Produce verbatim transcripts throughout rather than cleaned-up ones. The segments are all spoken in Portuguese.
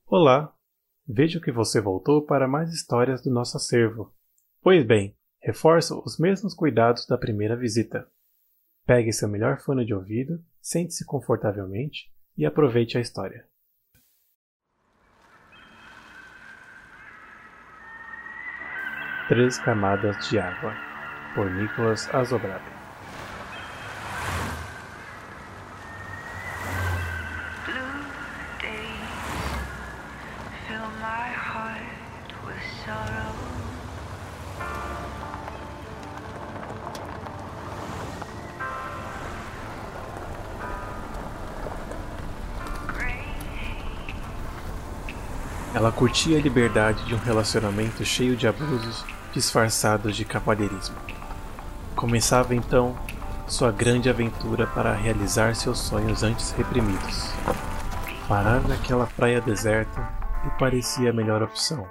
Olá! Vejo que você voltou para mais histórias do nosso acervo. Pois bem, reforço os mesmos cuidados da primeira visita. Pegue seu melhor fone de ouvido, sente-se confortavelmente e aproveite a história. Três Camadas de Água, por Nicholas Azobrado. Ela curtia a liberdade de um relacionamento cheio de abusos disfarçados de cavalheirismo. Começava então sua grande aventura para realizar seus sonhos antes reprimidos. Parar naquela praia deserta lhe parecia a melhor opção.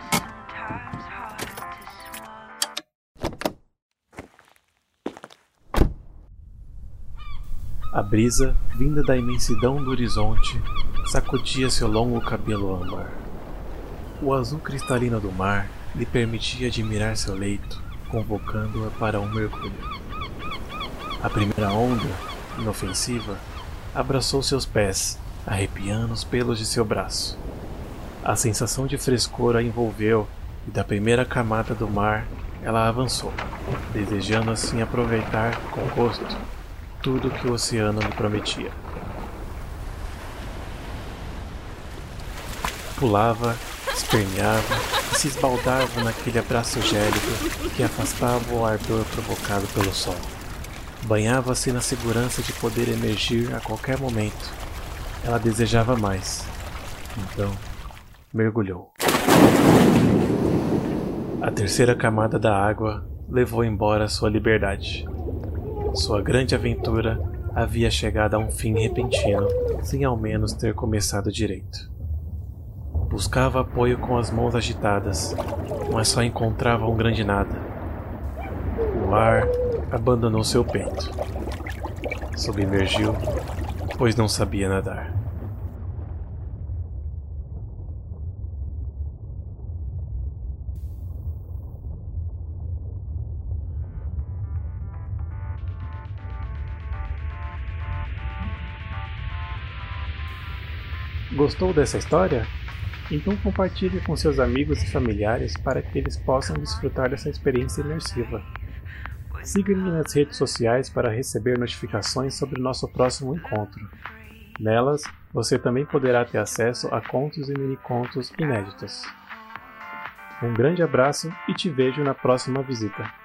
A brisa, vinda da imensidão do horizonte, sacudia seu longo cabelo âmbar. O azul cristalino do mar lhe permitia admirar seu leito, convocando-a para um mergulho. A primeira onda, inofensiva, abraçou seus pés, arrepiando os pelos de seu braço. A sensação de frescor a envolveu e da primeira camada do mar ela avançou, desejando assim aproveitar com gosto tudo que o oceano lhe prometia. Pulava, esperneava e se esbaldava naquele abraço gélido que afastava o ardor provocado pelo sol. Banhava-se na segurança de poder emergir a qualquer momento. Ela desejava mais. Então, mergulhou. A terceira camada da água levou embora sua liberdade. Sua grande aventura havia chegado a um fim repentino, sem ao menos ter começado direito. Buscava apoio com as mãos agitadas, mas só encontrava um grande nada. O ar abandonou seu peito. Submergiu, pois não sabia nadar. Gostou dessa história? Então compartilhe com seus amigos e familiares para que eles possam desfrutar dessa experiência imersiva. Siga-me nas redes sociais para receber notificações sobre o nosso próximo encontro. Nelas, você também poderá ter acesso a contos e mini-contos inéditos. Um grande abraço e te vejo na próxima visita.